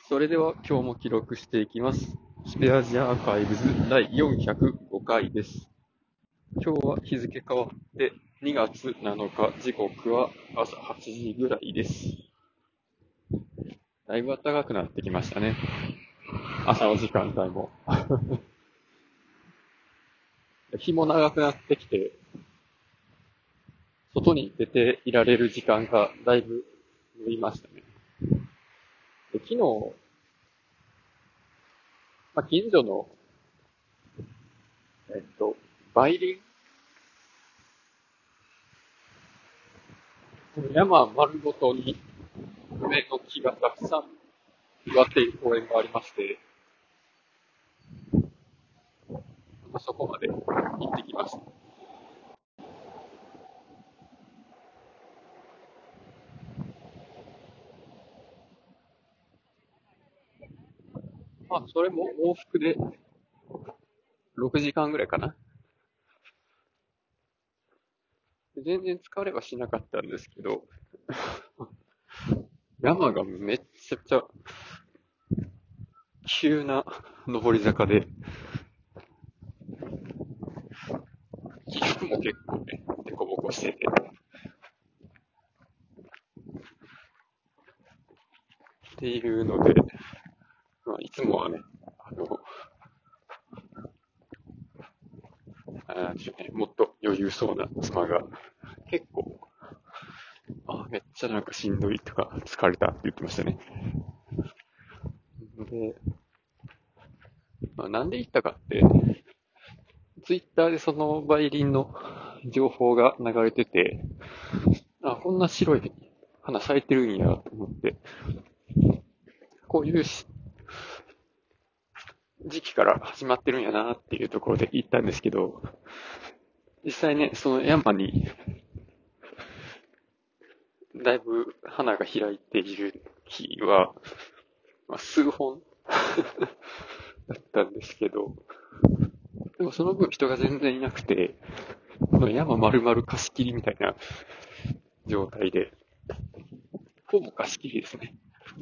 それでは今日も記録していきます。スペアジアアーカイブズ第405回です。今日は日付変わって2月7日、時刻は朝8時ぐらいです。だいぶ暖かくなってきましたね。朝の時間帯も。日も長くなってきて、外に出ていられる時間がだいぶ伸びましたね。で昨日、近所の、梅林山丸ごとに梅の木がたくさん植わっている公園がありまして、そこまで行ってきました。それも往復で6時間ぐらいかな。全然疲れはしなかったんですけど、山がめっちゃくちゃ急な上り坂で、起伏も結構ね、デコボコしてて、っていうので、いつもはね、もっと余裕そうな妻が、結構、めっちゃなんかしんどいとか疲れたって言ってましたね。で、なんで行ったかって、ツイッターでそのバイリンの情報が流れてて、こんな白い花咲いてるんやと思って、こういう時期から始まってるんやなっていうところで行ったんですけど、実際ね、その山にだいぶ花が開いている木は、数本だったんですけど、でもその分人が全然いなくて、山丸々貸し切りみたいな状態で、ほぼ貸し切りですね。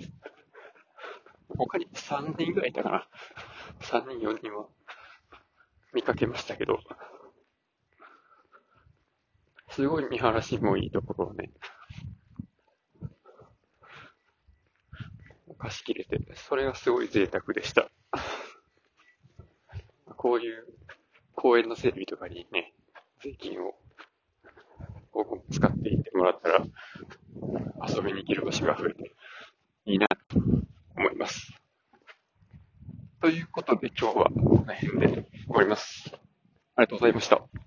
他に3人ぐらいいたかな。3人、4人は見かけましたけど、すごい見晴らしもいいところをね、貸し切れて、それがすごい贅沢でした。こういう公園の整備とかにね、税金を使っていってもらったら、遊びに行ける場所が増えていいなと思います。ということで今日はこの辺で終わります。ありがとうございました。